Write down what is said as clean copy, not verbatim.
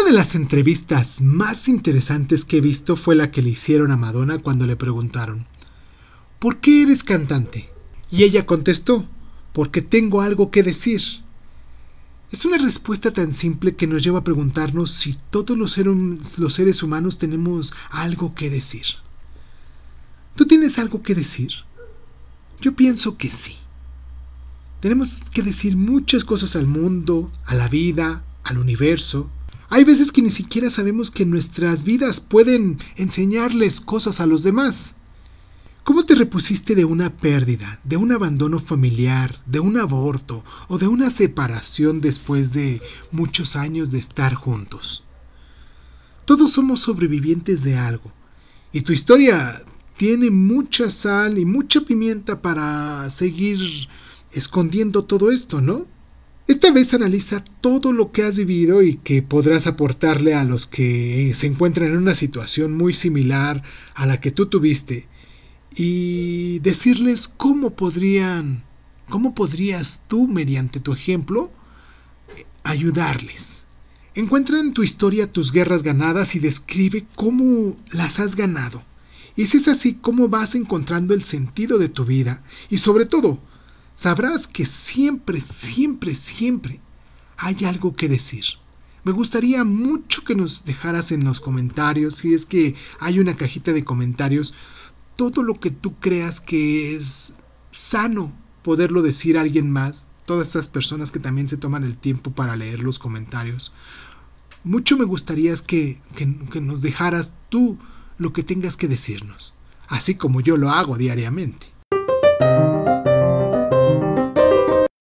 Una de las entrevistas más interesantes que he visto fue la que le hicieron a Madonna cuando le preguntaron: ¿por qué eres cantante? Y ella contestó: porque tengo algo que decir. Es una respuesta tan simple que nos lleva a preguntarnos si todos los seres humanos tenemos algo que decir. ¿Tú tienes algo que decir? Yo pienso que sí. Tenemos que decir muchas cosas al mundo, a la vida, al universo. Hay veces que ni siquiera sabemos que nuestras vidas pueden enseñarles cosas a los demás. ¿Cómo te repusiste de una pérdida, de un abandono familiar, de un aborto o de una separación después de muchos años de estar juntos? Todos somos sobrevivientes de algo, y tu historia tiene mucha sal y mucha pimienta para seguir escondiendo todo esto, ¿no? Esta vez analiza todo lo que has vivido y que podrás aportarle a los que se encuentran en una situación muy similar a la que tú tuviste, y decirles cómo podrías tú, mediante tu ejemplo, ayudarles. Encuentra en tu historia tus guerras ganadas y describe cómo las has ganado. Y si es así, cómo vas encontrando el sentido de tu vida, y sobre todo, sabrás que siempre, siempre, siempre hay algo que decir. Me gustaría mucho que nos dejaras en los comentarios, si es que hay una cajita de comentarios, todo lo que tú creas que es sano poderlo decir a alguien más, todas esas personas que también se toman el tiempo para leer los comentarios. Mucho me gustaría que nos dejaras tú lo que tengas que decirnos, así como yo lo hago diariamente.